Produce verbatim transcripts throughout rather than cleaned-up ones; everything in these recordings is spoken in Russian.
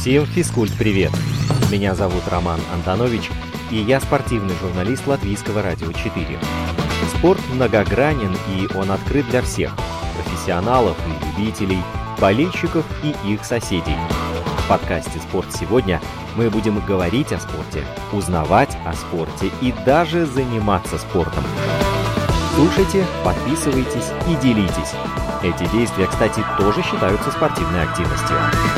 Всем физкульт-привет! Меня зовут Роман Антонович, и я спортивный журналист Латвийского радио четыре. Спорт многогранен, и он открыт для всех – профессионалов и любителей, болельщиков и их соседей. В подкасте «Спорт сегодня» мы будем говорить о спорте, узнавать о спорте и даже заниматься спортом. Слушайте, подписывайтесь и делитесь. Эти действия, кстати, тоже считаются спортивной активностью.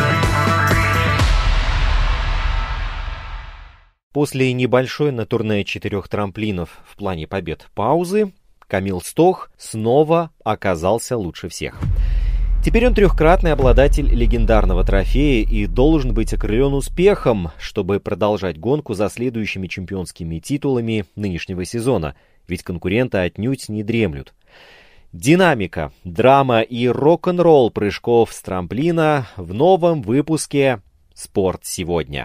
После небольшой на турне четырех трамплинов в плане побед паузы, Камил Стох снова оказался лучше всех. Теперь он трехкратный обладатель легендарного трофея и должен быть окрылен успехом, чтобы продолжать гонку за следующими чемпионскими титулами нынешнего сезона, ведь конкуренты отнюдь не дремлют. Динамика, драма и рок-н-ролл прыжков с трамплина в новом выпуске «Спорт сегодня».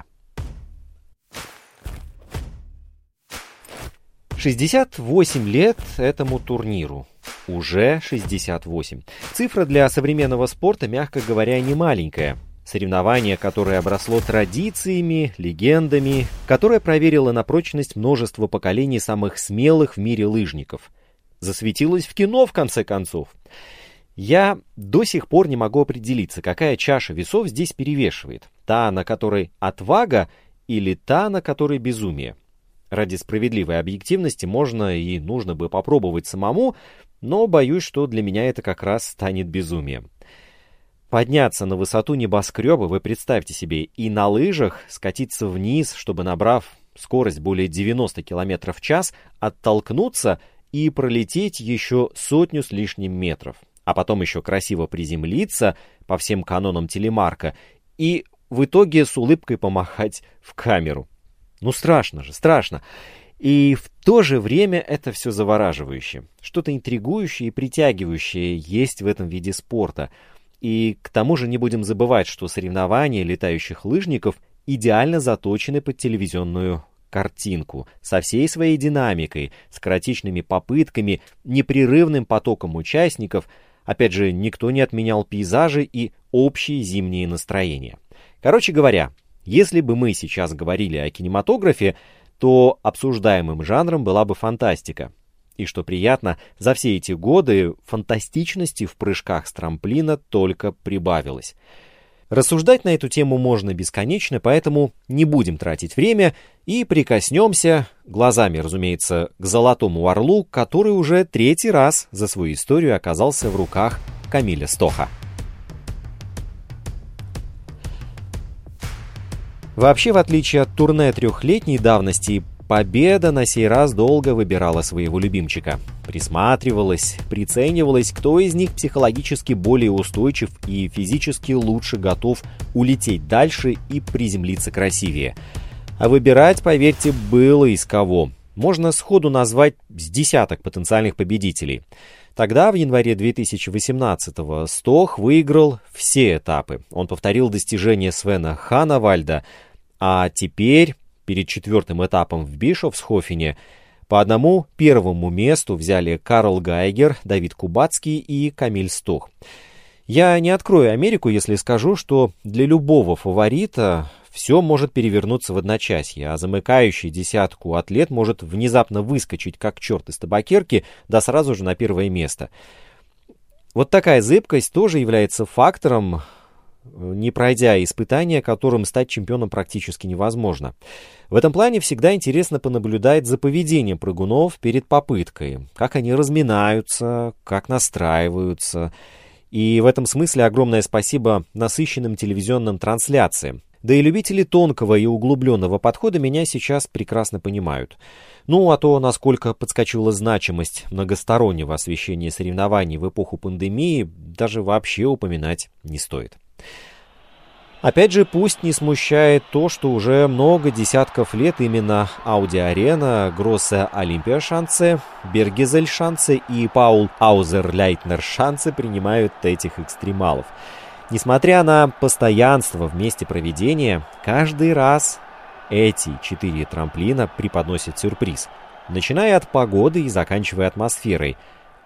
шестьдесят восемь лет этому турниру. Уже шестьдесят восемь. Цифра для современного спорта, мягко говоря, не маленькая. Соревнование, которое обросло традициями, легендами, которое проверило на прочность множество поколений самых смелых в мире лыжников. Засветилось в кино, в конце концов. Я до сих пор не могу определиться, какая чаша весов здесь перевешивает. Та, на которой отвага, или та, на которой безумие. Ради справедливой объективности можно и нужно бы попробовать самому, но боюсь, что для меня это как раз станет безумием. Подняться на высоту небоскреба, вы представьте себе, и на лыжах скатиться вниз, чтобы, набрав скорость более девяносто километров в час, оттолкнуться и пролететь еще сотню с лишним метров, а потом еще красиво приземлиться по всем канонам телемарка и в итоге с улыбкой помахать в камеру. Ну страшно же, страшно. И в то же время это все завораживающе. Что-то интригующее и притягивающее есть в этом виде спорта. И к тому же не будем забывать, что соревнования летающих лыжников идеально заточены под телевизионную картинку, со всей своей динамикой, скоротечными попытками, непрерывным потоком участников. Опять же, никто не отменял пейзажи и общие зимние настроения. Короче говоря, если бы мы сейчас говорили о кинематографе, то обсуждаемым жанром была бы фантастика. И что приятно, за все эти годы фантастичности в прыжках с трамплина только прибавилось. Рассуждать на эту тему можно бесконечно, поэтому не будем тратить время и прикоснемся, глазами, разумеется, к Золотому Орлу, который уже третий раз за свою историю оказался в руках Камиля Стоха. Вообще, в отличие от турне трехлетней давности, победа на сей раз долго выбирала своего любимчика. Присматривалась, приценивалась, кто из них психологически более устойчив и физически лучше готов улететь дальше и приземлиться красивее. А выбирать, поверьте, было из кого. Можно сходу назвать с десяток потенциальных победителей. Тогда, в январе две тысячи восемнадцатого, Стох выиграл все этапы. Он повторил достижения Свена Ханавальда, а теперь, перед четвертым этапом в Бишофсхофене, по одному первому месту взяли Карл Гайгер, Давид Кубацкий и Камиль Стох. Я не открою Америку, если скажу, что для любого фаворита все может перевернуться в одночасье, а замыкающий десятку атлет может внезапно выскочить, как черт из табакерки, да сразу же на первое место. Вот такая зыбкость тоже является фактором, не пройдя испытания, которым стать чемпионом практически невозможно. В этом плане всегда интересно понаблюдать за поведением прыгунов перед попыткой, как они разминаются, как настраиваются. И в этом смысле огромное спасибо насыщенным телевизионным трансляциям. Да и любители тонкого и углубленного подхода меня сейчас прекрасно понимают. Ну, а то, насколько подскочила значимость многостороннего освещения соревнований в эпоху пандемии, даже вообще упоминать не стоит. Опять же, пусть не смущает то, что уже много десятков лет именно Audi Arena, Große Olympiaschanze, Bergisel-Schanze и Paul Außerleitner-Schanze принимают этих экстремалов. Несмотря на постоянство в месте проведения, каждый раз эти четыре трамплина преподносят сюрприз, начиная от погоды и заканчивая атмосферой.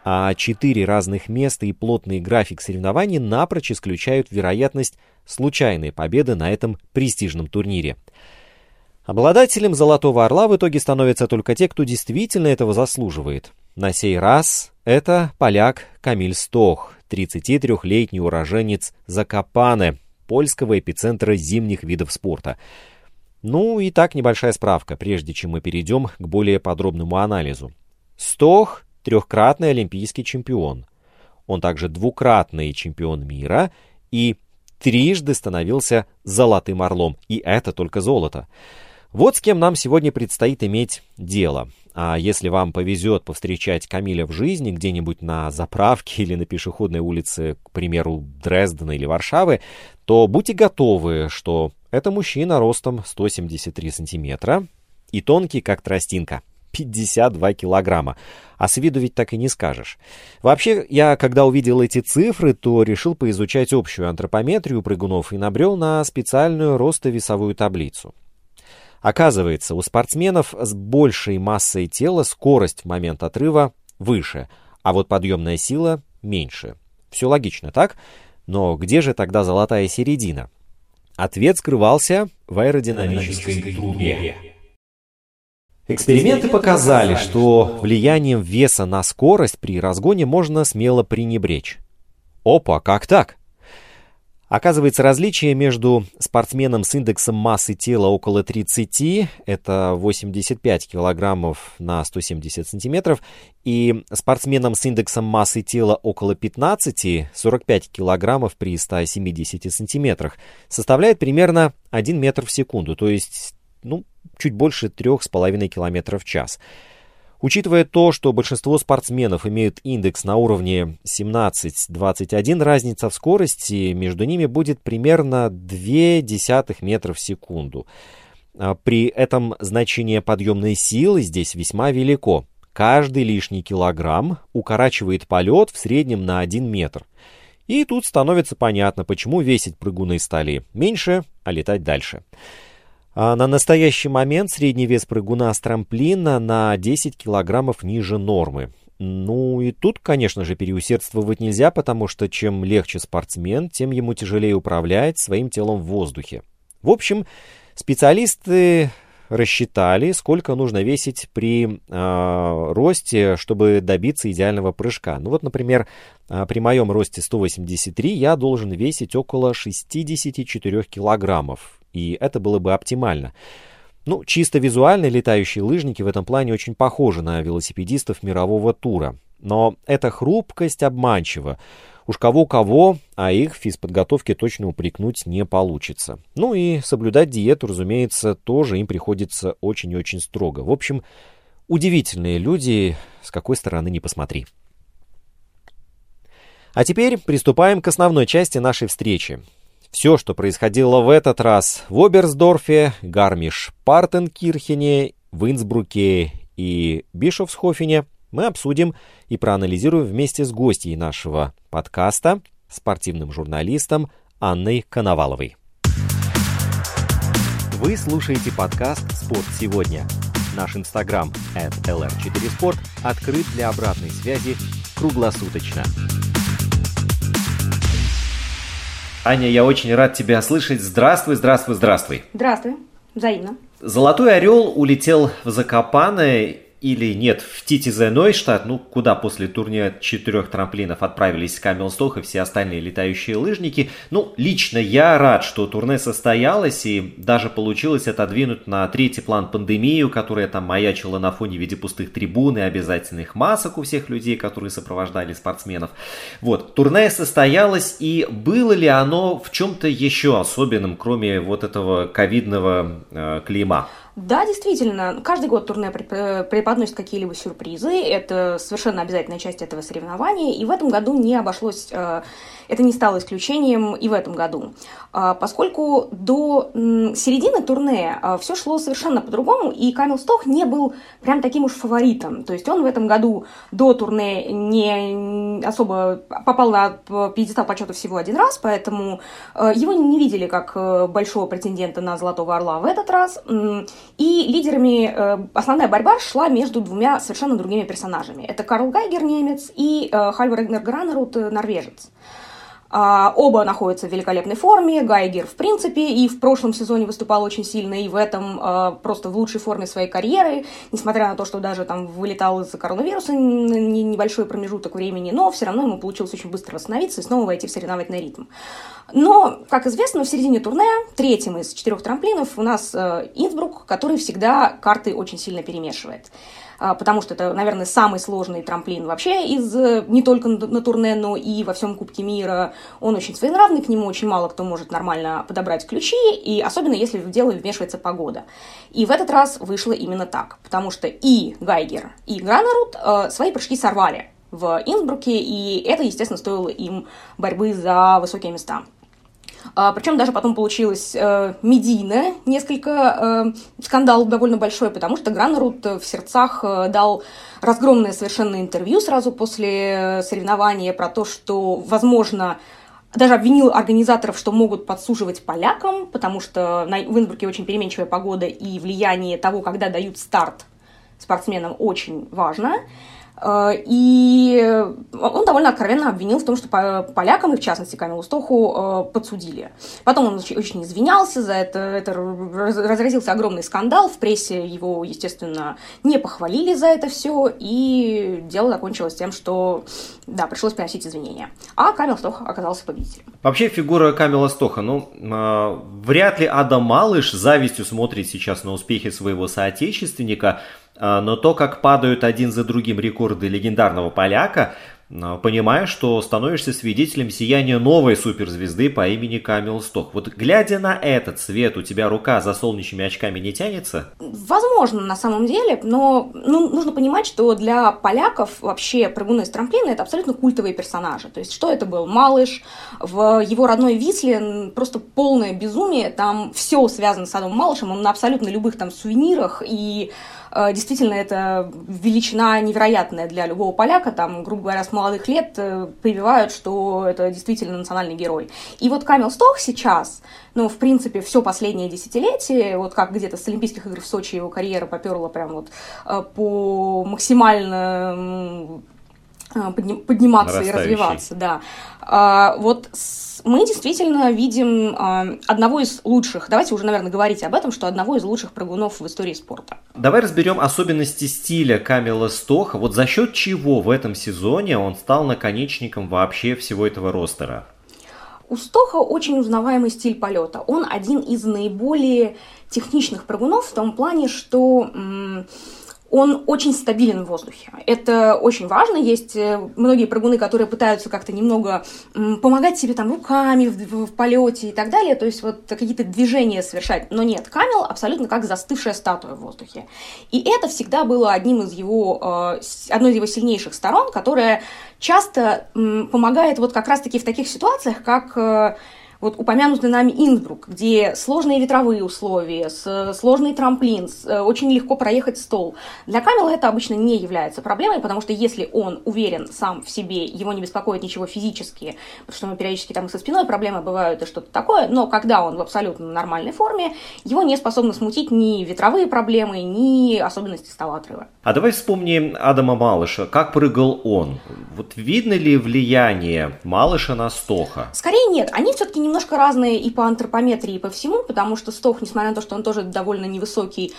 а четыре разных места и плотный график соревнований напрочь исключают вероятность случайной победы на этом престижном турнире. Обладателем «Золотого орла» в итоге становятся только те, кто действительно этого заслуживает. На сей раз это поляк Камиль Стох, тридцатитрёхлетний уроженец Закопане, польского эпицентра зимних видов спорта. Ну и так небольшая справка, прежде чем мы перейдем к более подробному анализу. Стох – трехкратный олимпийский чемпион. Он также двукратный чемпион мира и трижды становился «Золотым орлом». И это только золото. Вот с кем нам сегодня предстоит иметь дело. А если вам повезет повстречать Камиля в жизни где-нибудь на заправке или на пешеходной улице, к примеру, Дрездена или Варшавы, то будьте готовы, что это мужчина ростом сто семьдесят три сантиметра и тонкий, как тростинка, пятьдесят два килограмма. А с виду ведь так и не скажешь. Вообще, я, когда увидел эти цифры, то решил поизучать общую антропометрию прыгунов и набрел на специальную ростовесовую таблицу. Оказывается, у спортсменов с большей массой тела скорость в момент отрыва выше, а вот подъемная сила меньше. Все логично, так? Но где же тогда золотая середина? Ответ скрывался в аэродинамической трубе. Эксперименты показали, что влиянием веса на скорость при разгоне можно смело пренебречь. Опа, как так? Оказывается, различие между спортсменом с индексом массы тела около тридцати, это восемьдесят пять килограммов на сто семьдесят сантиметров, и спортсменом с индексом массы тела около пятнадцати, сорок пять килограммов при ста семидесяти сантиметрах, составляет примерно один метр в секунду, то есть ну, чуть больше трёх с половиной километров в час. Учитывая то, что большинство спортсменов имеют индекс на уровне семнадцать двадцать один, разница в скорости между ними будет примерно два десятых метра в секунду. При этом значение подъемной силы здесь весьма велико. Каждый лишний килограмм укорачивает полет в среднем на один метр. И тут становится понятно, почему весить прыгуны стали меньше, а летать дальше. А на настоящий момент средний вес прыгуна с трамплина на десять килограммов ниже нормы. Ну и тут, конечно же, переусердствовать нельзя, потому что чем легче спортсмен, тем ему тяжелее управлять своим телом в воздухе. В общем, специалисты рассчитали, сколько нужно весить при э, росте, чтобы добиться идеального прыжка. Ну вот, например, э, при моем росте сто восемьдесят три я должен весить около шестьдесят четыре килограммов. И это было бы оптимально. Ну, чисто визуально летающие лыжники в этом плане очень похожи на велосипедистов мирового тура. Но эта хрупкость обманчива. Уж кого-кого, а их в физподготовке точно упрекнуть не получится. Ну и соблюдать диету, разумеется, тоже им приходится очень и очень строго. В общем, удивительные люди, с какой стороны ни посмотри. А теперь приступаем к основной части нашей встречи. Все, что происходило в этот раз в Оберсдорфе, Гармиш-Партенкирхене, в Инсбруке и Бишофсхофене, мы обсудим и проанализируем вместе с гостьей нашего подкаста, спортивным журналистом Анной Коноваловой. Вы слушаете подкаст «Спорт сегодня». Наш инстаграм эт эл эр четыре спорт открыт для обратной связи круглосуточно. Аня, я очень рад тебя слышать. Здравствуй, здравствуй, здравствуй. Здравствуй, взаимно. Золотой орел улетел в Закопане или нет, в Титизе-Нойштадт, ну, куда после турнира четырех трамплинов отправились Камил Стох и все остальные летающие лыжники. Ну, лично я рад, что турне состоялось и даже получилось отодвинуть на третий план пандемию, которая там маячила на фоне в виде пустых трибун и обязательных масок у всех людей, которые сопровождали спортсменов. Вот, турне состоялось, и было ли оно в чем-то еще особенным, кроме вот этого ковидного э, клейма? Да, действительно, каждый год турне преподносит какие-либо сюрпризы, это совершенно обязательная часть этого соревнования, и в этом году не обошлось, это не стало исключением и в этом году, поскольку до середины турне все шло совершенно по-другому, и Камил Стох не был прям таким уж фаворитом, то есть он в этом году до турне не особо попал на пьедестал почета всего один раз, поэтому его не видели как большого претендента на Золотого Орла в этот раз. И лидерами, э, основная борьба шла между двумя совершенно другими персонажами. Это Карл Гайгер, немец, и э, Хальвар Рагнар Гранерud, норвежец. Uh, оба находятся в великолепной форме. Гайгер, в принципе, и в прошлом сезоне выступал очень сильно, и в этом uh, просто в лучшей форме своей карьеры, несмотря на то, что даже там вылетал из-за коронавируса небольшой промежуток времени, но все равно ему получилось очень быстро восстановиться и снова войти в соревновательный ритм. Но, как известно, в середине турне, третьим из четырех трамплинов, у нас uh, Инсбрук, который всегда карты очень сильно перемешивает. Потому что это, наверное, самый сложный трамплин вообще из не только на турне, но и во всем Кубке мира. Он очень своенравный, к нему очень мало кто может нормально подобрать ключи, и особенно если в дело вмешивается погода. И в этот раз вышло именно так, потому что и Гайгер, и Гранерud э, свои прыжки сорвали в Инсбруке, и это, естественно, стоило им борьбы за высокие места. Uh, причем даже потом получилось uh, медийно несколько uh, скандал довольно большой, потому что Гранерud в сердцах uh, дал разгромное совершенно интервью сразу после соревнования про то, что, возможно, даже обвинил организаторов, что могут подсуживать полякам, потому что на, в Инсбруке очень переменчивая погода, и влияние того, когда дают старт спортсменам, очень важно. И он довольно откровенно обвинил в том, что полякам, и в частности Камилу Стоху, подсудили. Потом он очень извинялся за это, это разразился огромный скандал, в прессе его, естественно, не похвалили за это все, и дело закончилось тем, что, да, пришлось приносить извинения. А Камил Стох оказался победителем. Вообще фигура Камила Стоха, ну, э, вряд ли Адам Малыш с завистью смотрит сейчас на успехи своего соотечественника, но то, как падают один за другим рекорды легендарного поляка, понимаешь, что становишься свидетелем сияния новой суперзвезды по имени Камил Стох. Вот глядя на этот свет, у тебя рука за солнечными очками не тянется? Возможно, на самом деле, но ну, нужно понимать, что для поляков вообще прыгуны с трамплина — это абсолютно культовые персонажи. То есть что это был? Малыш, в его родной Висле просто полное безумие, там все связано с Адамом Малышем, он на абсолютно любых там сувенирах, и действительно, это величина невероятная для любого поляка. Там, грубо говоря, с молодых лет прививают, что это действительно национальный герой. И вот Камил Стох сейчас, ну, в принципе, все последнее десятилетие, вот как где-то с Олимпийских игр в Сочи его карьера поперла прям вот по максимально подниматься и развиваться, да. А, вот с, мы действительно видим а, одного из лучших, давайте уже, наверное, говорить об этом, что одного из лучших прыгунов в истории спорта. Давай разберем особенности стиля Камила Стоха. Вот за счет чего в этом сезоне он стал наконечником вообще всего этого ростера? У Стоха очень узнаваемый стиль полета. Он один из наиболее техничных прыгунов в том плане, что м- он очень стабилен в воздухе. Это очень важно. Есть многие прыгуны, которые пытаются как-то немного помогать себе там руками в, в, в полете и так далее, то есть вот какие-то движения совершать. Но нет, Камил абсолютно как застывшая статуя в воздухе. И это всегда было одним из его, одной из его сильнейших сторон, которая часто помогает вот как раз-таки в таких ситуациях, как вот упомянутый нами Инсбрук, где сложные ветровые условия, сложный трамплин, очень легко проехать стол. Для Камила это обычно не является проблемой, потому что если он уверен сам в себе, его не беспокоит ничего физически, потому что ему периодически там и со спиной проблемы бывают и что-то такое, но когда он в абсолютно нормальной форме, его не способны смутить ни ветровые проблемы, ни особенности столоотрыва. А давай вспомним Адама Малыша. Как прыгал он? Вот видно ли влияние Малыша на Стоха? Скорее нет. Они все-таки немножко разные и по антропометрии, и по всему, потому что Стох, несмотря на то, что он тоже довольно невысокий,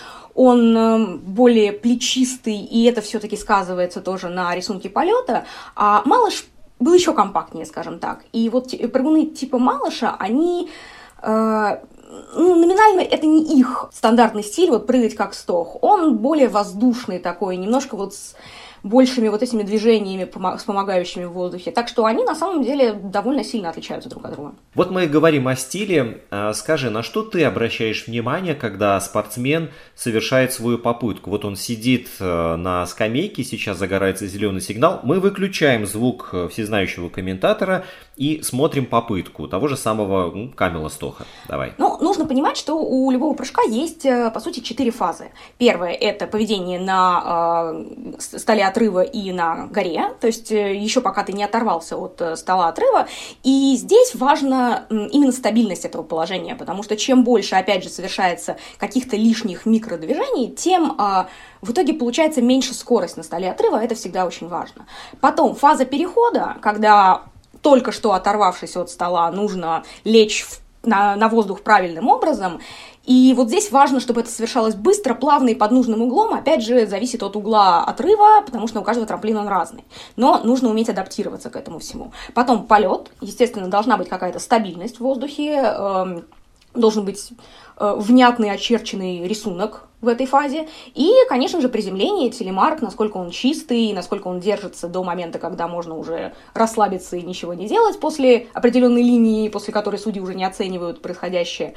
он более плечистый, и это все-таки сказывается тоже на рисунке полета, а Малыш был еще компактнее, скажем так. И вот прыгуны типа Малыша, они... Э, ну, номинально это не их стандартный стиль, вот прыгать как Стох. Он более воздушный такой, немножко вот с большими вот этими движениями, вспомогающими в воздухе. Так что они на самом деле довольно сильно отличаются друг от друга. Вот мы говорим о стиле. Скажи, на что ты обращаешь внимание, когда спортсмен совершает свою попытку? Вот он сидит на скамейке, сейчас загорается зеленый сигнал. Мы выключаем звук всезнающего комментатора и смотрим попытку того же самого ну, Камила Стоха. Давай. Ну, нужно понимать, что у любого прыжка есть, по сути, четыре фазы. Первая – это поведение на э, столе отрыва и на горе, то есть еще пока ты не оторвался от стола отрыва. И здесь важна именно стабильность этого положения, потому что чем больше, опять же, совершается каких-то лишних микродвижений, тем э, в итоге получается меньше скорость на столе отрыва, это всегда очень важно. Потом фаза перехода, когда только что оторвавшись от стола, нужно лечь в На, на воздух правильным образом. И вот здесь важно, чтобы это совершалось быстро, плавно и под нужным углом. Опять же, зависит от угла отрыва, потому что у каждого трамплина он разный. Но нужно уметь адаптироваться к этому всему. Потом полет. Естественно, должна быть какая-то стабильность в воздухе. Э, должен быть э, внятный очерченный рисунок в этой фазе. И, конечно же, приземление, телемарк, насколько он чистый, насколько он держится до момента, когда можно уже расслабиться и ничего не делать после определенной линии, после которой судьи уже не оценивают происходящее.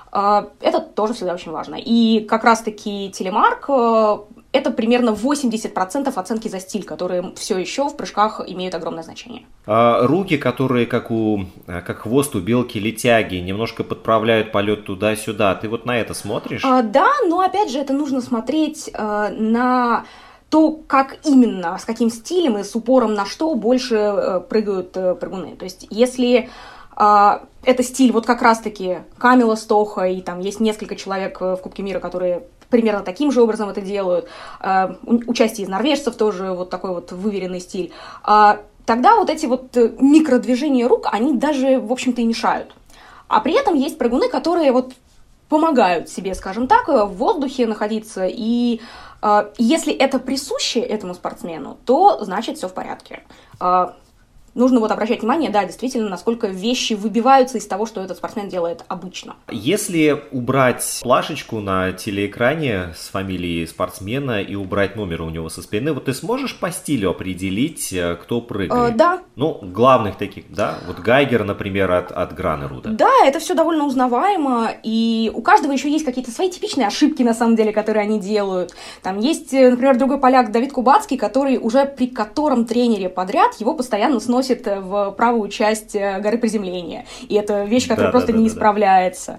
Это тоже всегда очень важно. И как раз-таки телемарк – это примерно восемьдесят процентов оценки за стиль, которые все еще в прыжках имеют огромное значение. А руки, которые как, у, как хвост у белки-летяги, немножко подправляют полет туда-сюда. Ты вот на это смотришь? А, да, но опять же это нужно смотреть а, на то, как именно, с каким стилем и с упором на что больше а, прыгают а, прыгуны. То есть если а, это стиль вот как раз-таки Камила Стоха, и там есть несколько человек в Кубке мира, которые примерно таким же образом это делают, а, участие из норвежцев тоже вот такой вот выверенный стиль, а, тогда вот эти вот микродвижения рук, они даже, в общем-то, и мешают. А при этом есть прыгуны, которые вот помогают себе, скажем так, в воздухе находиться, и э, если это присуще этому спортсмену, то значит все в порядке. Э, нужно вот обращать внимание, да, действительно, насколько вещи выбиваются из того, что этот спортсмен делает обычно. Если убрать плашечку на телеэкране с фамилией спортсмена и убрать номер у него со спины, вот ты сможешь по стилю определить, кто прыгает? Э, да. Ну, главных таких, да? Вот Гайгер, например, от, от Гранеруда. Да, это все довольно узнаваемо, и у каждого еще есть какие-то свои типичные ошибки, на самом деле, которые они делают. Там есть, например, другой поляк Давид Кубацкий, который уже при котором тренере подряд его постоянно сносит в правую часть горы приземления. И это вещь, которая да, просто да, не да, исправляется.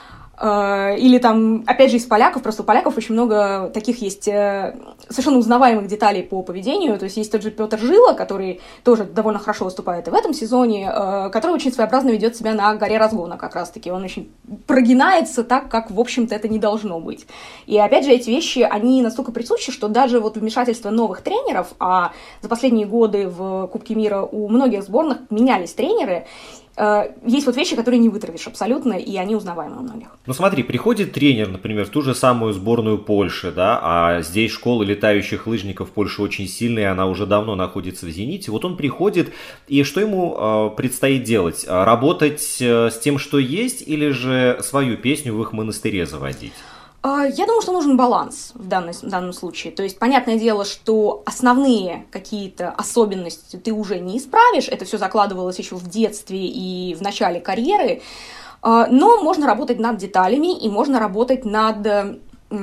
Да. Или там, опять же, из поляков, просто у поляков очень много таких есть совершенно узнаваемых деталей по поведению. То есть есть тот же Петр Жила, который тоже довольно хорошо выступает и в этом сезоне, который очень своеобразно ведет себя на горе разгона как раз-таки. Он очень прогинается так, как, в общем-то, это не должно быть. И опять же, эти вещи, они настолько присущи, что даже вот вмешательство новых тренеров, а за последние годы в Кубке мира у многих сборных менялись тренеры, есть вот вещи, которые не вытравишь абсолютно, и они узнаваемы у многих. Ну смотри, приходит тренер, например, в ту же самую сборную Польши, да, а здесь школа летающих лыжников Польши очень сильная, она уже давно находится в зените. Вот он приходит, и что ему э, предстоит делать? Работать э, с тем, что есть, или же свою песню в их монастыре заводить? Я думаю, что нужен баланс в, данной, в данном случае. То есть, понятное дело, что основные какие-то особенности ты уже не исправишь. Это все закладывалось еще в детстве и в начале карьеры. Но можно работать над деталями и можно работать над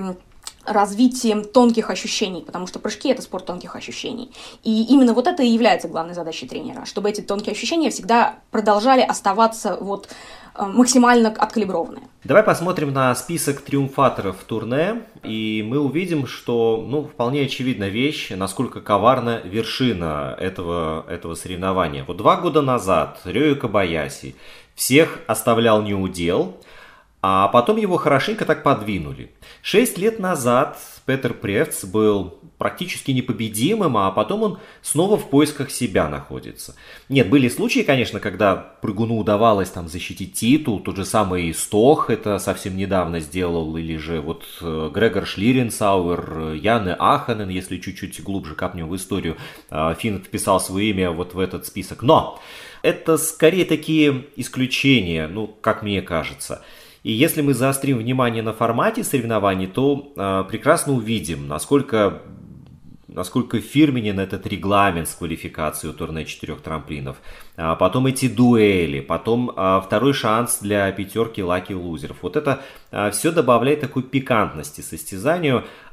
развитием тонких ощущений, потому что прыжки – это спорт тонких ощущений. И именно вот это и является главной задачей тренера, чтобы эти тонкие ощущения всегда продолжали оставаться вот максимально откалиброванные. Давай посмотрим на список триумфаторов турне, и мы увидим, что, ну, вполне очевидная вещь, насколько коварна вершина этого, этого соревнования. Вот два года назад Рёю Кобаяси всех оставлял неудел, а потом его хорошенько так подвинули. Шесть лет назад Петер Превц был практически непобедимым, а потом он снова в поисках себя находится. Нет, были случаи, конечно, когда прыгуну удавалось там защитить титул, тот же самый Стох это совсем недавно сделал, или же вот Грегор Шлиренсауэр, Яне Аханен, если чуть-чуть глубже капнем в историю, финн вписал свое имя вот в этот список. Но это скорее такие исключения, ну, как мне кажется. И если мы заострим внимание на формате соревнований, то э, прекрасно увидим, насколько, насколько фирменен этот регламент с квалификацией у турне четырех трамплинов. А потом эти дуэли, потом а, второй шанс для пятерки лаки лузеров. Вот это а, все добавляет такой пикантности состязанию.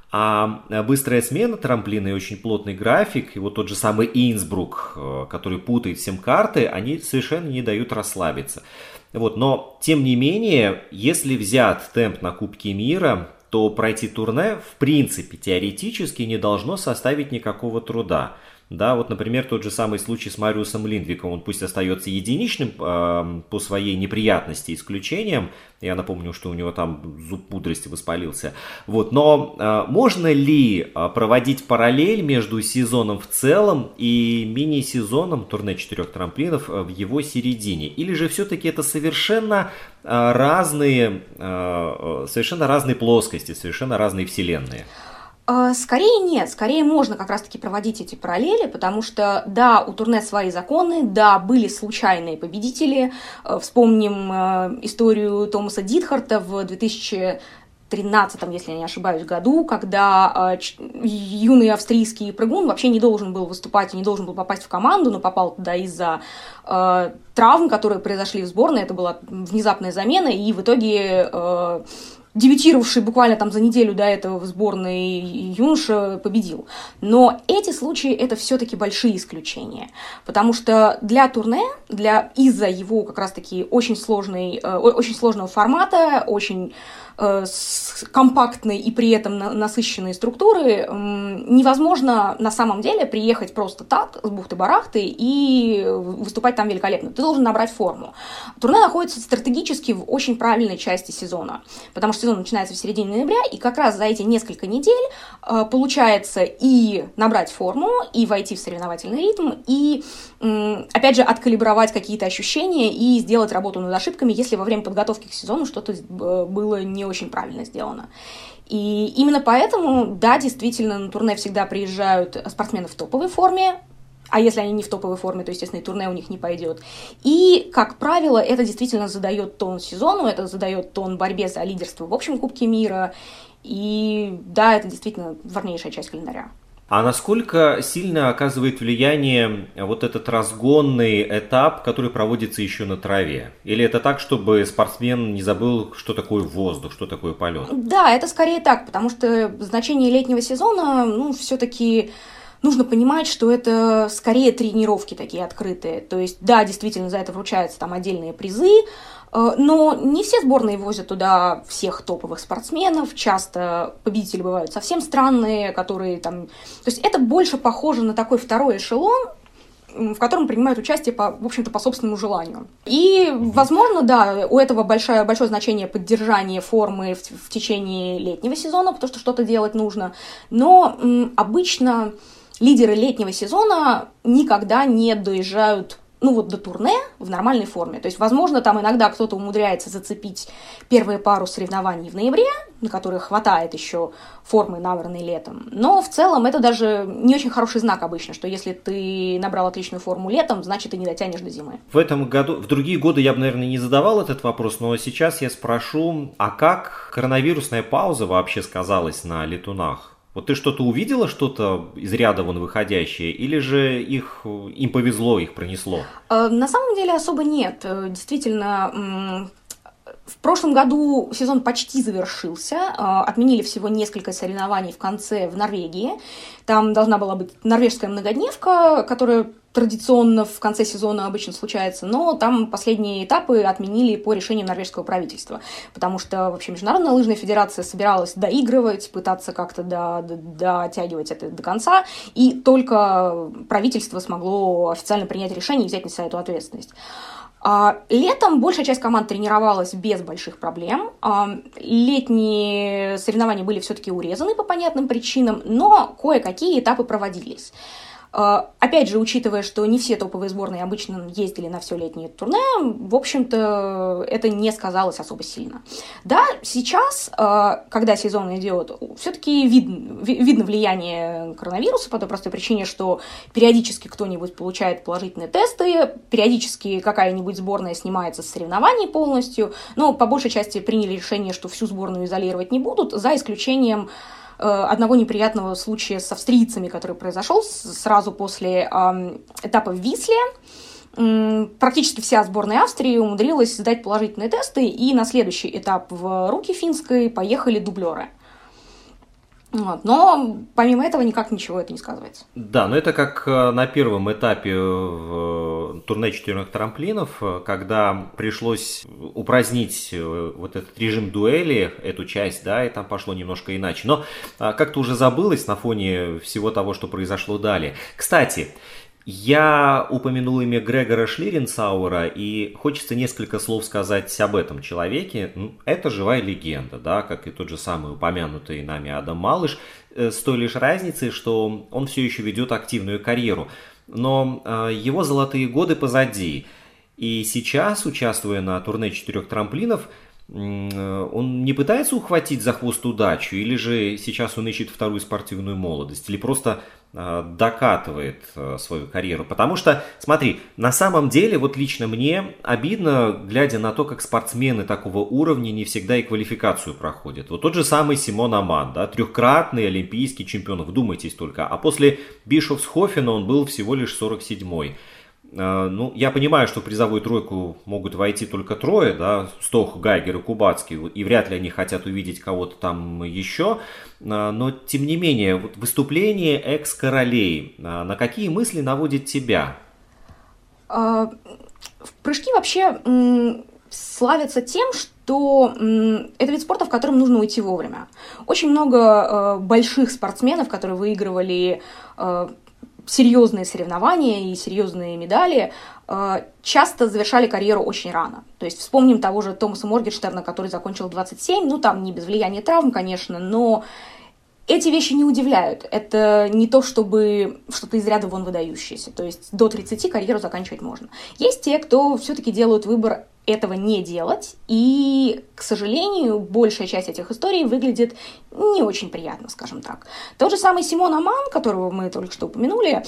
А быстрая смена трамплина и очень плотный график, и вот тот же самый Инсбрук, который путает всем карты, они совершенно не дают расслабиться. Вот, но, тем не менее, если взят темп на Кубке мира, то пройти турне, в принципе, теоретически не должно составить никакого труда. Да, вот, например, тот же самый случай с Мариусом Линдвиком, он пусть остается единичным э, по своей неприятности исключением, я напомню, что у него там зуб мудрости воспалился, вот, но э, можно ли э, проводить параллель между сезоном в целом и мини-сезоном турне четырех трамплинов э, в его середине, или же все-таки это совершенно э, разные, э, совершенно разные плоскости, совершенно разные вселенные? Скорее нет, скорее можно как раз-таки проводить эти параллели, потому что, да, у турне свои законы, да, были случайные победители. Вспомним историю Томаса Дитхарта в две тысячи тринадцатом, если я не ошибаюсь, году, когда юный австрийский прыгун вообще не должен был выступать и не должен был попасть в команду, но попал туда из-за э, травм, которые произошли в сборной. Это была внезапная замена, и в итоге... Э, дебютировавший буквально там за неделю до этого в сборной юноша победил. Но эти случаи — это все-таки большие исключения, потому что для турне, для, из-за его как раз-таки очень, сложной, очень сложного формата, очень с компактной и при этом насыщенной структуры, невозможно на самом деле приехать просто так, с бухты-барахты, и выступать там великолепно. Ты должен набрать форму. Турне находится стратегически в очень правильной части сезона, потому что сезон начинается в середине ноября, и как раз за эти несколько недель получается и набрать форму, и войти в соревновательный ритм, и, опять же, откалибровать какие-то ощущения и сделать работу над ошибками, если во время подготовки к сезону что-то было не очень правильно сделано. И именно поэтому, да, действительно, на турне всегда приезжают спортсмены в топовой форме, а если они не в топовой форме, то, естественно, и турне у них не пойдет. И, как правило, это действительно задает тон сезону, это задает тон борьбе за лидерство в общем Кубке мира, и, да, это действительно важнейшая часть календаря. А насколько сильно оказывает влияние вот этот разгонный этап, который проводится еще на траве? Или это так, чтобы спортсмен не забыл, что такое воздух, что такое полет? Да, это скорее так, потому что значение летнего сезона, ну, все-таки... Нужно понимать, что это скорее тренировки такие открытые. То есть, да, действительно, за это вручаются там отдельные призы, но не все сборные возят туда всех топовых спортсменов. Часто победители бывают совсем странные, которые там... То есть это больше похоже на такой второй эшелон, в котором принимают участие, по, в общем-то, по собственному желанию. И, возможно, да, у этого большое, большое значение поддержание формы в, в течение летнего сезона, потому что что-то делать нужно. Но м, обычно... Лидеры летнего сезона никогда не доезжают, ну вот, до турне в нормальной форме. То есть, возможно, там иногда кто-то умудряется зацепить первые пару соревнований в ноябре, на которые хватает еще формы, набранной летом. Но в целом это даже не очень хороший знак обычно, что если ты набрал отличную форму летом, значит, ты не дотянешь до зимы. В этом году, в другие годы я бы, наверное, не задавал этот вопрос, но сейчас я спрошу, а как коронавирусная пауза вообще сказалась на летунах? Вот ты что-то увидела, что-то из ряда вон выходящее, или же их, им повезло, их пронесло? На самом деле особо нет. Действительно, в прошлом году сезон почти завершился. Отменили всего несколько соревнований в конце в Норвегии. Там должна была быть норвежская многодневка, которая традиционно в конце сезона обычно случается, но там последние этапы отменили по решению норвежского правительства, потому что вообще Международная лыжная федерация собиралась доигрывать, пытаться как-то до, до, дотягивать это до конца, и только правительство смогло официально принять решение и взять на себя эту ответственность. Летом большая часть команд тренировалась без больших проблем. Летние соревнования были все-таки урезаны по понятным причинам, но кое-какие этапы проводились. Опять же, учитывая, что не все топовые сборные обычно ездили на все летнее турне, в общем-то, это не сказалось особо сильно. Да, сейчас, когда сезон идет, все-таки видно, видно влияние коронавируса по той простой причине, что периодически кто-нибудь получает положительные тесты, периодически какая-нибудь сборная снимается с соревнований полностью, но по большей части приняли решение, что всю сборную изолировать не будут, за исключением одного неприятного случая с австрийцами, который произошел сразу после э, этапа в Висле. Практически вся сборная Австрии умудрилась сдать положительные тесты, и на следующий этап в Руки Финской поехали дублеры. Вот. Но помимо этого никак ничего это не сказывается. Да, но это как на первом этапе в турне четырех трамплинов, когда пришлось упразднить вот этот режим дуэли, эту часть, да, и там пошло немножко иначе. Но как-то уже забылось на фоне всего того, что произошло далее. Кстати, я упомянул имя Грегора Шлиренсауэра, и хочется несколько слов сказать об этом человеке. Это живая легенда, да, как и тот же самый упомянутый нами Адам Малыш, с той лишь разницей, что он все еще ведет активную карьеру. Но его золотые годы позади, и сейчас, участвуя на турне четырех трамплинов, он не пытается ухватить за хвост удачу, или же сейчас он ищет вторую спортивную молодость, или просто докатывает свою карьеру. Потому что, смотри, на самом деле, вот лично мне обидно, глядя на то, как спортсмены такого уровня не всегда и квалификацию проходят. Вот тот же самый Симон Аман, да, трехкратный олимпийский чемпион, вдумайтесь только. А после Бишофсхофена он был всего лишь сорок седьмой. Ну, я понимаю, что в призовую тройку могут войти только трое, да, Стох, Гайгер и Кубацкий, и вряд ли они хотят увидеть кого-то там еще, но, тем не менее, вот выступление экс-королей, на какие мысли наводит тебя? Прыжки вообще славятся тем, что это вид спорта, в котором нужно уйти вовремя. Очень много больших спортсменов, которые выигрывали серьезные соревнования и серьезные медали, часто завершали карьеру очень рано. То есть вспомним того же Томаса Моргенштерна, который закончил двадцать семь, ну там не без влияния травм, конечно, но эти вещи не удивляют. Это не то, чтобы что-то из ряда вон выдающееся. То есть до тридцати карьеру заканчивать можно. Есть те, кто все-таки делают выбор этого не делать, и, к сожалению, большая часть этих историй выглядит не очень приятно, скажем так. Тот же самый Симон Аман, которого мы только что упомянули,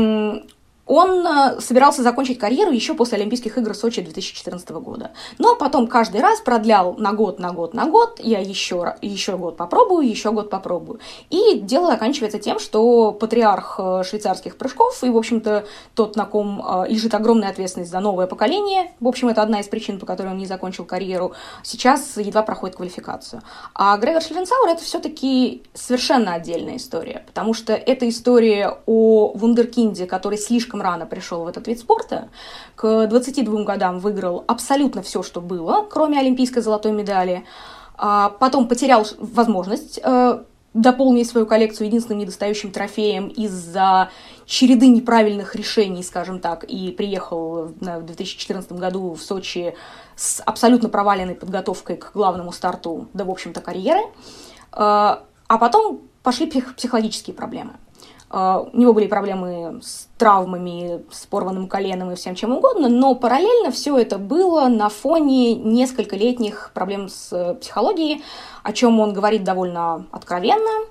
он собирался закончить карьеру еще после Олимпийских игр в Сочи две тысячи четырнадцатого года. Но потом каждый раз продлял на год, на год, на год. Я еще, еще год попробую, еще год попробую. И дело оканчивается тем, что патриарх швейцарских прыжков и, в общем-то, тот, на ком лежит огромная ответственность за новое поколение, в общем, это одна из причин, по которой он не закончил карьеру, сейчас едва проходит квалификацию. А Грегор Шлиренсауэр — это все-таки совершенно отдельная история, потому что это история о вундеркинде, который слишком рано пришел в этот вид спорта, к двадцати двум годам выиграл абсолютно все, что было, кроме олимпийской золотой медали, а потом потерял возможность э, дополнить свою коллекцию единственным недостающим трофеем из-за череды неправильных решений, скажем так, и приехал в две тысячи четырнадцатом году в Сочи с абсолютно проваленной подготовкой к главному старту, да, в общем-то, карьеры, э, а потом пошли псих- психологические проблемы. Uh, у него были проблемы с травмами, с порванным коленом и всем чем угодно, но параллельно все это было на фоне нескольколетних проблем с психологией, о чем он говорит довольно откровенно.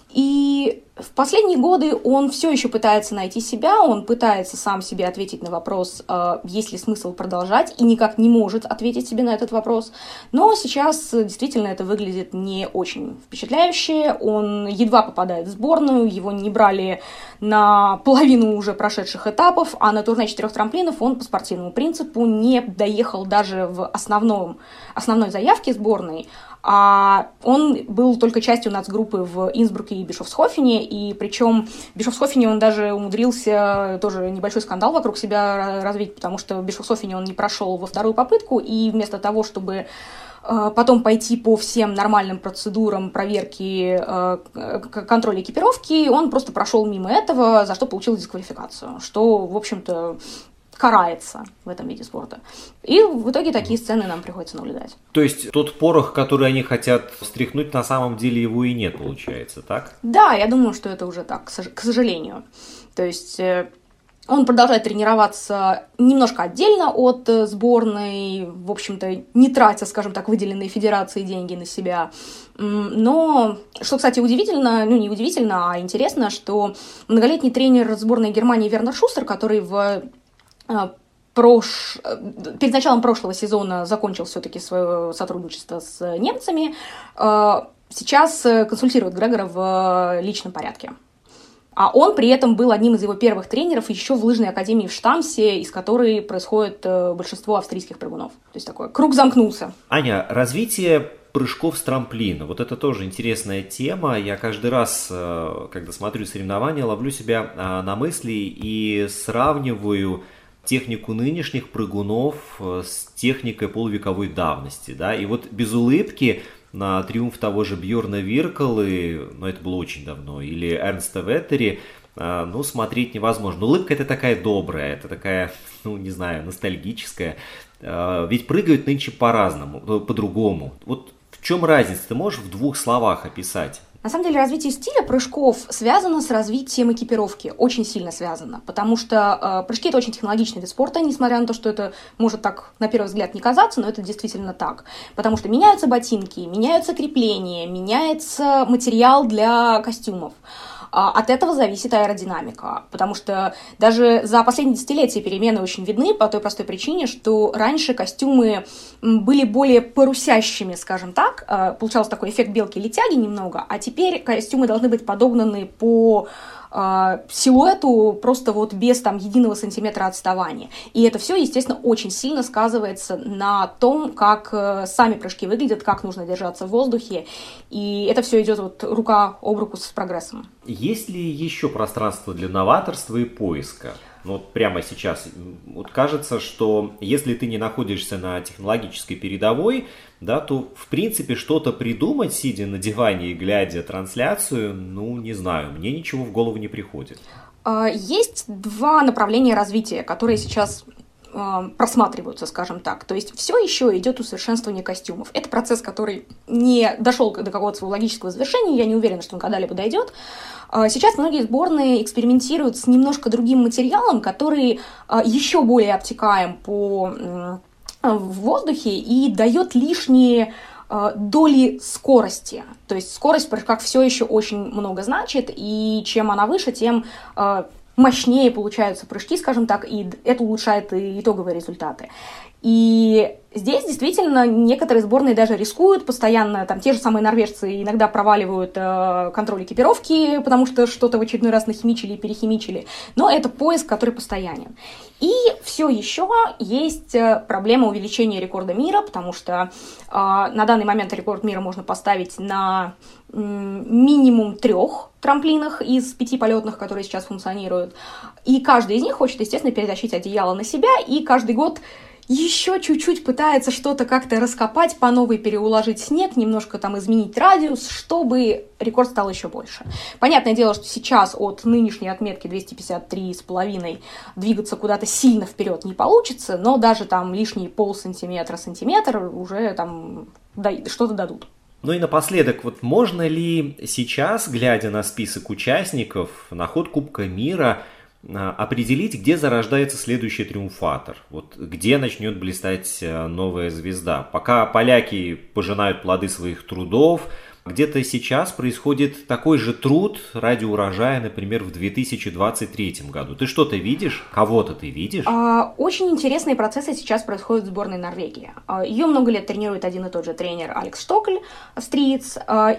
И в последние годы он все еще пытается найти себя, он пытается сам себе ответить на вопрос, есть ли смысл продолжать, и никак не может ответить себе на этот вопрос. Но сейчас действительно это выглядит не очень впечатляюще. Он едва попадает в сборную, его не брали на половину уже прошедших этапов, а на турне четырех трамплинов он по спортивному принципу не доехал даже в основном, основной заявке сборной. А он был только частью нацгруппы в Инсбруке и Бишофсхофене, и причем в Бишофсхофене он даже умудрился тоже небольшой скандал вокруг себя развить, потому что в Бишофсхофене он не прошел во вторую попытку, и вместо того, чтобы потом пойти по всем нормальным процедурам проверки, контроля экипировки, он просто прошел мимо этого, за что получил дисквалификацию, что, в общем-то, карается в этом виде спорта. И в итоге такие сцены нам приходится наблюдать. То есть тот порох, который они хотят встряхнуть, на самом деле его и нет, получается, так? Да, я думаю, что это уже так, к сожалению. То есть он продолжает тренироваться немножко отдельно от сборной, в общем-то, не тратя, скажем так, выделенные федерации деньги на себя. Но, что, кстати, удивительно, ну не удивительно, а интересно, что многолетний тренер сборной Германии Вернер Шустер, который в Прош... перед началом прошлого сезона закончил все-таки свое сотрудничество с немцами, сейчас консультирует Грегора в личном порядке. А он при этом был одним из его первых тренеров еще в лыжной академии в Штамсе, из которой происходит большинство австрийских прыгунов. То есть такой круг замкнулся. Аня, развитие прыжков с трамплина. Вот это тоже интересная тема. Я каждый раз, когда смотрю соревнования, ловлю себя на мысли и сравниваю технику нынешних прыгунов с техникой полувековой давности. Да? И вот без улыбки на триумф того же Бьорна Виркалы, ну это было очень давно, или Эрнста Веттери, ну, смотреть невозможно. Улыбка это такая добрая, это такая, ну, не знаю, ностальгическая. Ведь прыгают нынче по-разному, по-другому. Вот в чем разница? Ты можешь в двух словах описать? На самом деле развитие стиля прыжков связано с развитием экипировки, очень сильно связано, потому что э, прыжки – это очень технологичный вид спорта, несмотря на то, что это может так на первый взгляд не казаться, но это действительно так, потому что меняются ботинки, меняются крепления, меняется материал для костюмов. От этого зависит аэродинамика, потому что даже за последние десятилетия перемены очень видны по той простой причине, что раньше костюмы были более парусящими, скажем так, получался такой эффект белки-летяги немного, а теперь костюмы должны быть подогнаны по силуэту просто вот без там единого сантиметра отставания. И это все, естественно, очень сильно сказывается на том, как сами прыжки выглядят, как нужно держаться в воздухе. И это все идет вот рука об руку с прогрессом. Есть ли еще пространство для новаторства и поиска? Ну, вот прямо сейчас вот кажется, что если ты не находишься на технологической передовой, да, то в принципе что-то придумать, сидя на диване и глядя трансляцию, ну не знаю, мне ничего в голову не приходит. Есть два направления развития, которые сейчас просматриваются, скажем так. То есть все еще идет усовершенствование костюмов. Это процесс, который не дошел до какого-то своего логического завершения, я не уверена, что он когда-либо дойдет. Сейчас многие сборные экспериментируют с немножко другим материалом, который еще более обтекаем по в воздухе и дает лишние доли скорости. То есть скорость в прыжках все еще очень много значит, и чем она выше, тем мощнее получаются прыжки, скажем так, и это улучшает и итоговые результаты. И здесь действительно некоторые сборные даже рискуют постоянно, там те же самые норвежцы иногда проваливают э, контроль экипировки, потому что что-то в очередной раз нахимичили и перехимичили, но это поиск, который постоянен. И все еще есть проблема увеличения рекорда мира, потому что э, на данный момент рекорд мира можно поставить на э, минимум трех трамплинах из пяти полетных, которые сейчас функционируют, и каждый из них хочет, естественно, перетащить одеяло на себя, и каждый год еще чуть-чуть пытается что-то как-то раскопать, по новой переуложить снег, немножко там изменить радиус, чтобы рекорд стал еще больше. Понятное дело, что сейчас от нынешней отметки двести пятьдесят три с половиной двигаться куда-то сильно вперед не получится, но даже там лишние полсантиметра, сантиметр уже там что-то дадут. Ну и напоследок, вот можно ли сейчас, глядя на список участников, на ход Кубка мира, определить, где зарождается следующий триумфатор, вот где начнет блистать новая звезда? Пока поляки пожинают плоды своих трудов, где-то сейчас происходит такой же труд ради урожая, например, в две тысячи двадцать третьем году. Ты что-то видишь? Кого-то ты видишь? Очень интересные процессы сейчас происходят в сборной Норвегии. Ее много лет тренирует один и тот же тренер Алекс Штокель, австриец,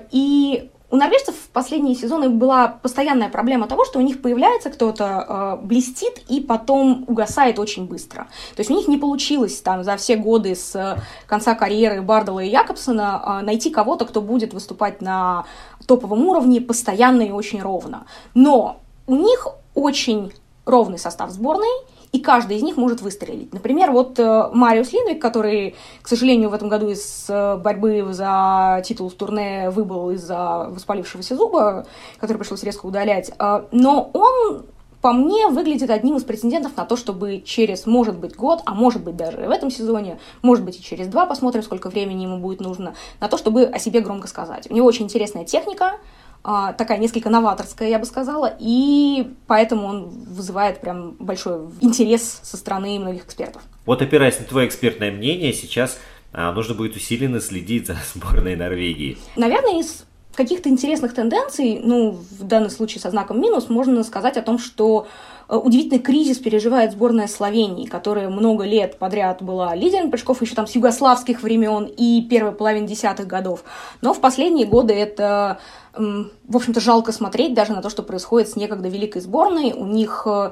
и у норвежцев в последние сезоны была постоянная проблема того, что у них появляется кто-то, э, блестит и потом угасает очень быстро. То есть у них не получилось там за все годы с конца карьеры Бардала и Якобсона э, найти кого-то, кто будет выступать на топовом уровне постоянно и очень ровно. Но у них очень ровный состав сборной, и каждый из них может выстрелить. Например, вот э, Мариус Линдвик, который, к сожалению, в этом году из э, борьбы за титул в турне выбыл из-за воспалившегося зуба, который пришлось резко удалять, э, но он, по мне, выглядит одним из претендентов на то, чтобы через, может быть, год, а может быть даже и в этом сезоне, может быть и через два, посмотрим, сколько времени ему будет нужно, на то, чтобы о себе громко сказать. У него очень интересная техника, такая несколько новаторская, я бы сказала, и поэтому он вызывает прям большой интерес со стороны многих экспертов. Вот, опираясь на твое экспертное мнение, сейчас а, нужно будет усиленно следить за сборной Норвегии. Наверное, из каких-то интересных тенденций, ну, в данном случае со знаком минус, можно сказать о том, что удивительный кризис переживает сборная Словении, которая много лет подряд была лидером прыжков, еще там с югославских времен и первой половины десятых годов. Но в последние годы это, в общем-то, жалко смотреть даже на то, что происходит с некогда великой сборной. У них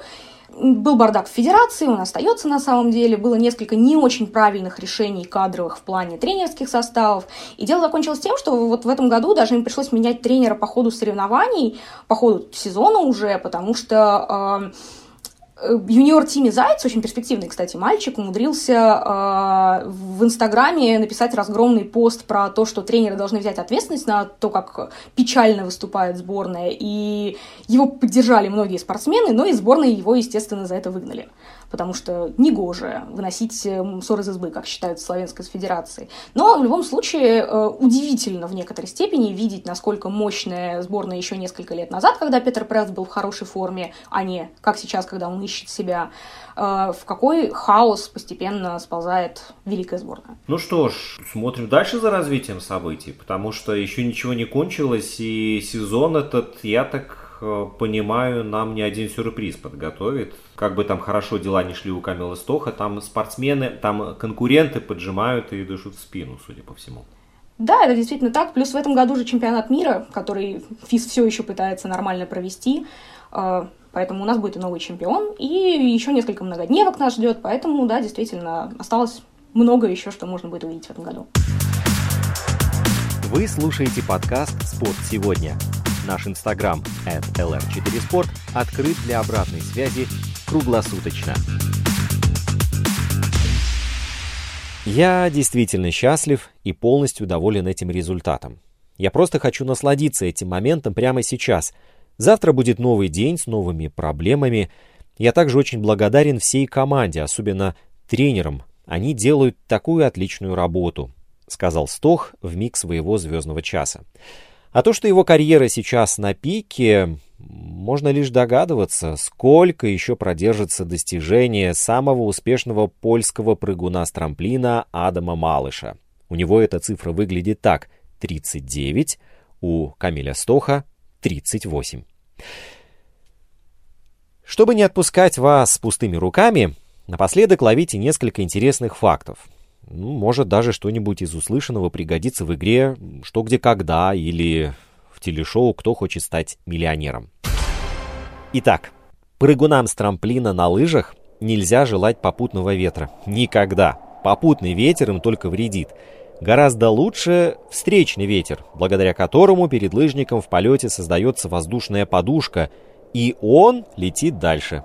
Был бардак в федерации, он остается на самом деле. Было несколько не очень правильных решений кадровых в плане тренерских составов. И дело закончилось тем, что вот в этом году даже им пришлось менять тренера по ходу соревнований, по ходу сезона уже, потому что... Э, юниор Тимми Зайц, очень перспективный, кстати, мальчик, умудрился э, в Инстаграме написать разгромный пост про то, что тренеры должны взять ответственность на то, как печально выступает сборная, и его поддержали многие спортсмены, но и сборная его, естественно, за это выгнали, потому что негоже выносить ссор из избы, как считают в Славянской Федерации. Но в любом случае э, удивительно в некоторой степени видеть, насколько мощная сборная еще несколько лет назад, когда Петер Пресс был в хорошей форме, а не как сейчас, когда он ищет себя, э, в какой хаос постепенно сползает великая сборная. Ну что ж, смотрим дальше за развитием событий, потому что еще ничего не кончилось, и сезон этот, я так э, понимаю, нам не один сюрприз подготовит. Как бы там хорошо дела не шли у Камила Стоха, там спортсмены, там конкуренты поджимают и дышат в спину, судя по всему. Да, это действительно так. Плюс в этом году же чемпионат мира, который ФИС все еще пытается нормально провести. Поэтому у нас будет и новый чемпион, и еще несколько многодневок нас ждет. Поэтому, да, действительно, осталось много еще, что можно будет увидеть в этом году. Вы слушаете подкаст «Спорт сегодня». Наш инстаграм эт эл эр четыре спорт открыт для обратной связи круглосуточно. Я действительно счастлив и полностью доволен этим результатом. Я просто хочу насладиться этим моментом прямо сейчас. Завтра будет новый день с новыми проблемами. Я также очень благодарен всей команде, особенно тренерам. Они делают такую отличную работу, сказал Стох в миг своего звездного часа. А то, что его карьера сейчас на пике, можно лишь догадываться, сколько еще продержится достижение самого успешного польского прыгуна с трамплина Адама Малыша. У него эта цифра выглядит так: тридцать девять, у Камиля Стоха тридцать восемь. Чтобы не отпускать вас с пустыми руками, напоследок ловите несколько интересных фактов. Ну, может, даже что-нибудь из услышанного пригодится в игре «Что, где, когда» или в телешоу «Кто хочет стать миллионером». Итак, прыгунам с трамплина на лыжах нельзя желать попутного ветра. Никогда. Попутный ветер им только вредит. Гораздо лучше встречный ветер, благодаря которому перед лыжником в полете создается воздушная подушка, и он летит дальше.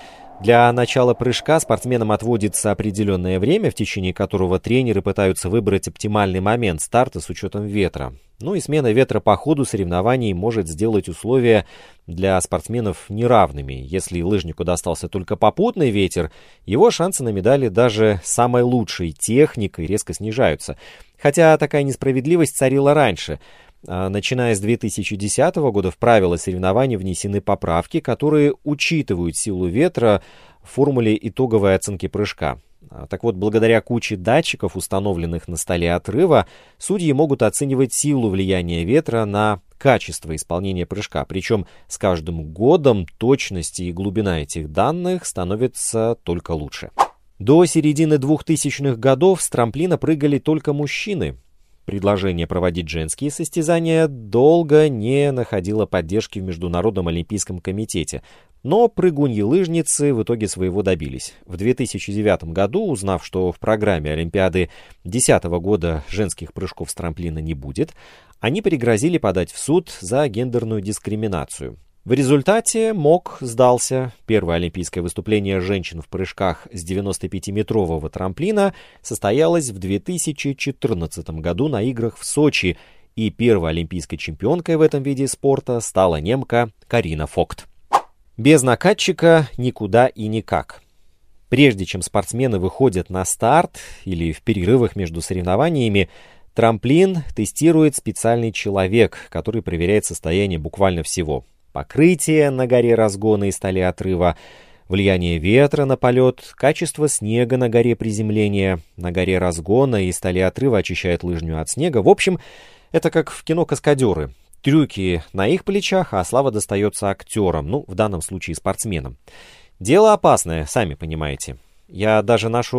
Для начала прыжка спортсменам отводится определенное время, в течение которого тренеры пытаются выбрать оптимальный момент старта с учетом ветра. Ну и смена ветра по ходу соревнований может сделать условия для спортсменов неравными. Если лыжнику достался только попутный ветер, его шансы на медали даже с самой лучшей техникой резко снижаются. Хотя такая несправедливость царила раньше. Начиная с две тысячи десятого года в правила соревнований внесены поправки, которые учитывают силу ветра в формуле итоговой оценки прыжка. Так вот, благодаря куче датчиков, установленных на столе отрыва, судьи могут оценивать силу влияния ветра на качество исполнения прыжка. Причем с каждым годом точность и глубина этих данных становятся только лучше. До середины двухтысячных годов с трамплина прыгали только мужчины. Предложение проводить женские состязания долго не находило поддержки в Международном олимпийском комитете, но прыгуньи-лыжницы в итоге своего добились. В две тысячи девятом году, узнав, что в программе Олимпиады две тысячи десятого года женских прыжков с трамплина не будет, они пригрозили подать в суд за гендерную дискриминацию. В результате МОК сдался. Первое олимпийское выступление женщин в прыжках с девяностопятиметрового трамплина состоялось в две тысячи четырнадцатом году на играх в Сочи, и первой олимпийской чемпионкой в этом виде спорта стала немка Карина Фогт. Без накатчика никуда и никак. Прежде чем спортсмены выходят на старт или в перерывах между соревнованиями, трамплин тестирует специальный человек, который проверяет состояние буквально всего. Покрытие на горе разгона и столе отрыва, влияние ветра на полет, качество снега на горе приземления, на горе разгона и столе отрыва очищает лыжню от снега. В общем, это как в кино «Каскадеры». Трюки на их плечах, а слава достается актерам, ну, в данном случае спортсменам. Дело опасное, сами понимаете. Я даже нашел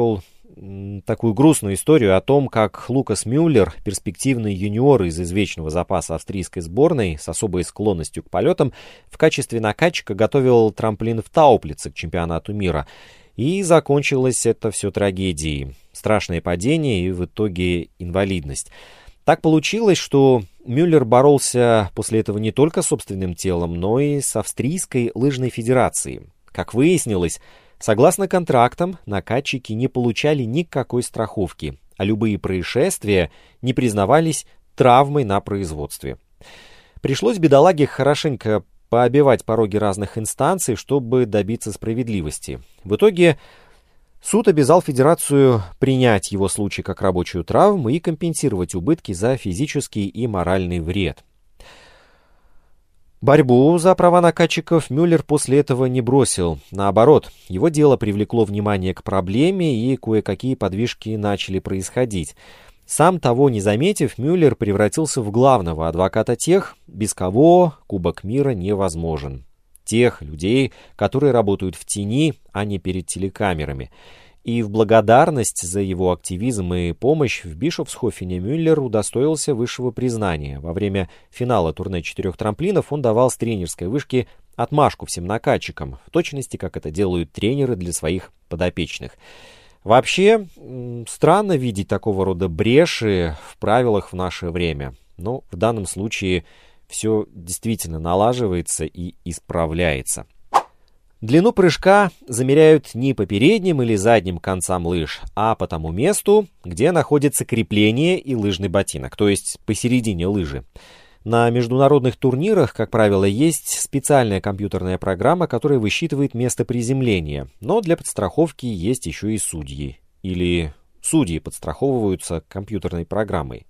такую грустную историю о том, как Лукас Мюллер, перспективный юниор из извечного запаса австрийской сборной с особой склонностью к полетам, в качестве накатчика готовил трамплин в Тауплице к чемпионату мира. И закончилось это все трагедией. Страшное падение и в итоге инвалидность. Так получилось, что Мюллер боролся после этого не только с собственным телом, но и с Австрийской лыжной федерацией. Как выяснилось, согласно контрактам, накатчики не получали никакой страховки, а любые происшествия не признавались травмой на производстве. Пришлось бедолаге хорошенько пообивать пороги разных инстанций, чтобы добиться справедливости. В итоге суд обязал федерацию принять его случай как рабочую травму и компенсировать убытки за физический и моральный вред. Борьбу за права накатчиков Мюллер после этого не бросил. Наоборот, его дело привлекло внимание к проблеме, и кое-какие подвижки начали происходить. Сам того не заметив, Мюллер превратился в главного адвоката тех, без кого Кубок мира невозможен. Тех людей, которые работают в тени, а не перед телекамерами. И в благодарность за его активизм и помощь в Бишофсхофене Мюллер удостоился высшего признания. Во время финала турне четырех трамплинов он давал с тренерской вышки отмашку всем накатчикам, в точности, как это делают тренеры для своих подопечных. Вообще, странно видеть такого рода бреши в правилах в наше время. Но в данном случае все действительно налаживается и исправляется. Длину прыжка замеряют не по передним или задним концам лыж, а по тому месту, где находится крепление и лыжный ботинок, то есть посередине лыжи. На международных турнирах, как правило, есть специальная компьютерная программа, которая высчитывает место приземления, но для подстраховки есть еще и судьи, или судьи подстраховываются компьютерной программой.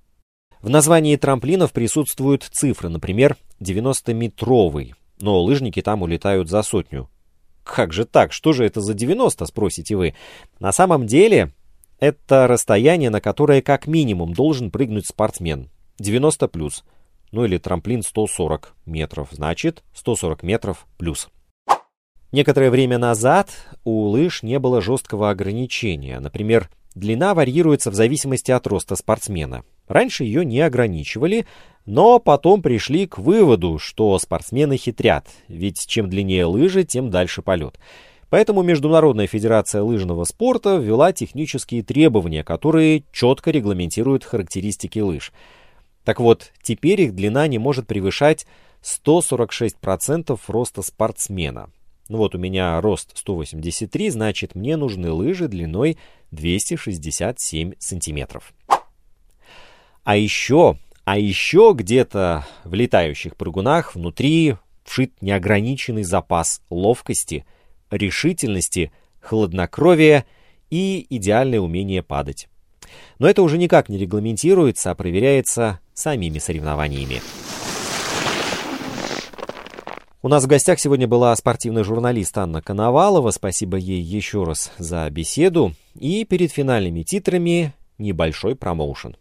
В названии трамплинов присутствуют цифры, например, девяностометровый, но лыжники там улетают за сотню. Как же так? Что же это за девяносто, спросите вы? На самом деле, это расстояние, на которое как минимум должен прыгнуть спортсмен. девяносто плюс. Ну или трамплин сто сорок метров, значит сто сорок метров плюс. Некоторое время назад у лыж не было жесткого ограничения. Например, длина варьируется в зависимости от роста спортсмена. Раньше ее не ограничивали, но потом пришли к выводу, что спортсмены хитрят, ведь чем длиннее лыжи, тем дальше полет. Поэтому Международная федерация лыжного спорта ввела технические требования, которые четко регламентируют характеристики лыж. Так вот, теперь их длина не может превышать сто сорок шесть процентов роста спортсмена. Ну вот у меня рост сто восемьдесят три, значит мне нужны лыжи длиной двести шестьдесят семь сантиметров. А еще, а еще где-то в летающих прыгунах внутри вшит неограниченный запас ловкости, решительности, хладнокровия и идеальное умение падать. Но это уже никак не регламентируется, а проверяется самими соревнованиями. У нас в гостях сегодня была спортивный журналист Анна Коновалова. Спасибо ей еще раз за беседу. И перед финальными титрами небольшой промоушен.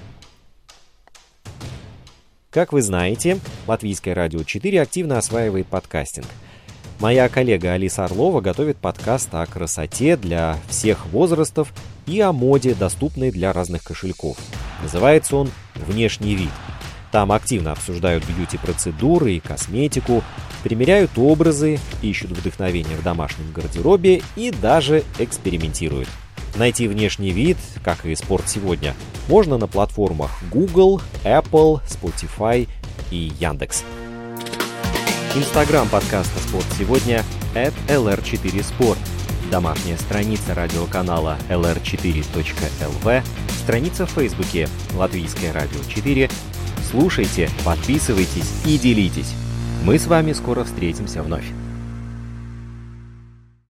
Как вы знаете, Латвийское радио четыре активно осваивает подкастинг. Моя коллега Алиса Орлова готовит подкаст о красоте для всех возрастов и о моде, доступной для разных кошельков. Называется он «Внешний вид». Там активно обсуждают бьюти-процедуры и косметику, примеряют образы, ищут вдохновение в домашнем гардеробе и даже экспериментируют. Найти внешний вид, как и «Спорт сегодня», можно на платформах Google, Apple, Spotify и Яндекс. Инстаграм подкаста «Спорт сегодня» эт эл эр четыре спорт. Домашняя страница радиоканала эл эр четыре точка эл ви, страница в Фейсбуке «Латвийское радио четыре». Слушайте, подписывайтесь и делитесь. Мы с вами скоро встретимся вновь.